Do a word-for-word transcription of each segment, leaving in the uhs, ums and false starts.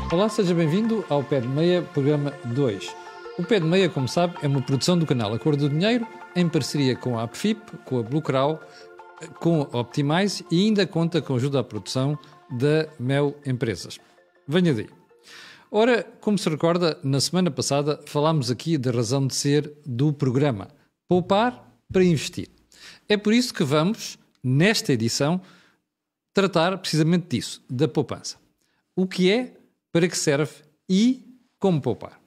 Olá, seja bem-vindo ao Pé de Meia, programa dois. O Pé de Meia, como sabe, é uma produção do canal A Cor do Dinheiro, em parceria com a AppFip, com a Bluecrow, com a Optimize e ainda conta com a ajuda à produção da Mel Empresas. Venha daí. Ora, como se recorda, na semana passada falámos aqui da razão de ser do programa, poupar para investir. É por isso que vamos, nesta edição, tratar precisamente disso, da poupança. O que é, para que serve e como poupar.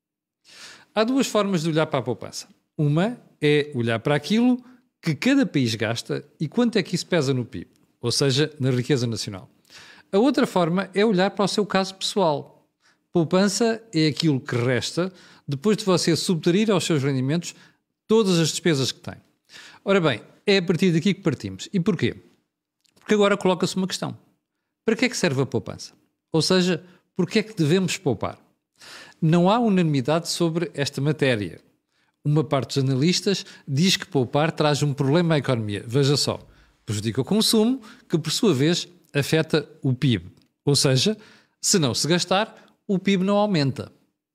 Há duas formas de olhar para a poupança. Uma é olhar para aquilo que cada país gasta e quanto é que isso pesa no P I B, ou seja, na riqueza nacional. A outra forma é olhar para o seu caso pessoal. Poupança é aquilo que resta depois de você subtrair aos seus rendimentos todas as despesas que tem. Ora bem, é a partir daqui que partimos. E porquê? Porque agora coloca-se uma questão. Para que é que serve a poupança? Ou seja, porquê é que devemos poupar? Não há unanimidade sobre esta matéria. Uma parte dos analistas diz que poupar traz um problema à economia. Veja só, prejudica o consumo, que por sua vez afeta o P I B. Ou seja, se não se gastar, o P I B não aumenta.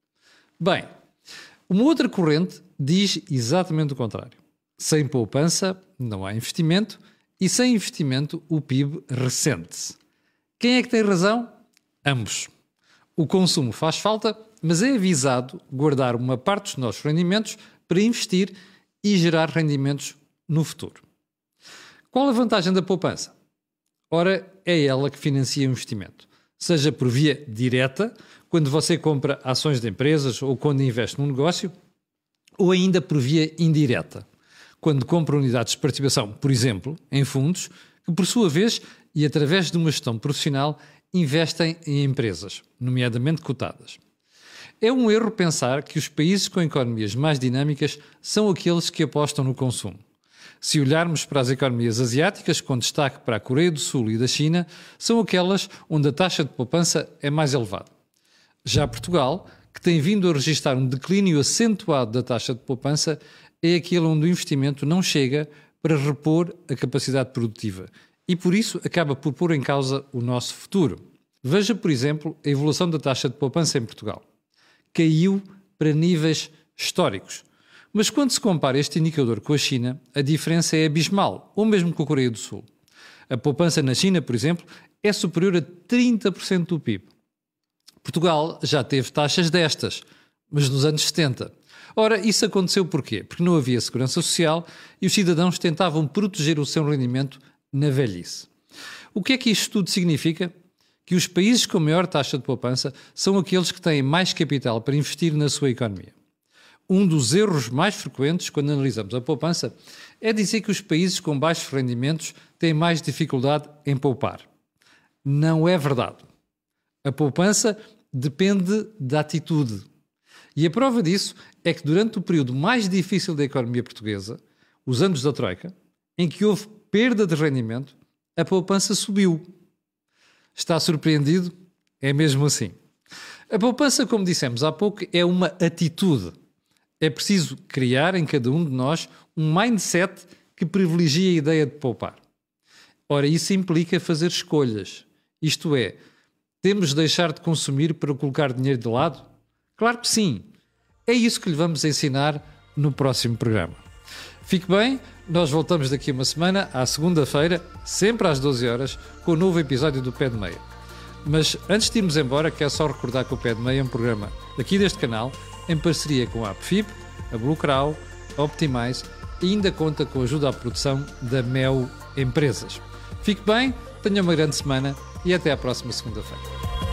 Bem, uma outra corrente diz exatamente o contrário. Sem poupança não há investimento e sem investimento o P I B ressente-se. Quem é que tem razão? Ambos. O consumo faz falta, mas é avisado guardar uma parte dos nossos rendimentos para investir e gerar rendimentos no futuro. Qual a vantagem da poupança? Ora, é ela que financia o investimento. Seja por via direta, quando você compra ações de empresas ou quando investe num negócio, ou ainda por via indireta, quando compra unidades de participação, por exemplo, em fundos, que por sua vez e através de uma gestão profissional investem em empresas, nomeadamente cotadas. É um erro pensar que os países com economias mais dinâmicas são aqueles que apostam no consumo. Se olharmos para as economias asiáticas, com destaque para a Coreia do Sul e da China, são aquelas onde a taxa de poupança é mais elevada. Já Portugal, que tem vindo a registrar um declínio acentuado da taxa de poupança, é aquele onde o investimento não chega para repor a capacidade produtiva e, por isso, acaba por pôr em causa o nosso futuro. Veja, por exemplo, a evolução da taxa de poupança em Portugal. Caiu para níveis históricos. Mas quando se compara este indicador com a China, a diferença é abismal, ou mesmo com a Coreia do Sul. A poupança na China, por exemplo, é superior a trinta por cento do P I B. Portugal já teve taxas destas, mas nos anos setenta. Ora, isso aconteceu porquê? Porque não havia segurança social e os cidadãos tentavam proteger o seu rendimento na velhice. O que é que isto tudo significa? Que os países com maior taxa de poupança são aqueles que têm mais capital para investir na sua economia. Um dos erros mais frequentes quando analisamos a poupança é dizer que os países com baixos rendimentos têm mais dificuldade em poupar. Não é verdade. A poupança depende da atitude. E a prova disso é que durante o período mais difícil da economia portuguesa, os anos da Troika, em que houve perda de rendimento, a poupança subiu. Está surpreendido? É mesmo assim. A poupança, como dissemos há pouco, é uma atitude. É preciso criar em cada um de nós um mindset que privilegie a ideia de poupar. Ora, isso implica fazer escolhas. Isto é, temos de deixar de consumir para colocar dinheiro de lado? Claro que sim. É isso que lhe vamos ensinar no próximo programa. Fique bem, nós voltamos daqui a uma semana, à segunda-feira, sempre às doze horas, com o um novo episódio do Pé de Meia. Mas antes de irmos embora, quero só recordar que o Pé de Meia é um programa aqui deste canal, em parceria com a AppFip, a Bluecrow, a Optimize e ainda conta com a ajuda à produção da Mel Empresas. Fique bem, tenha uma grande semana e até à próxima segunda-feira.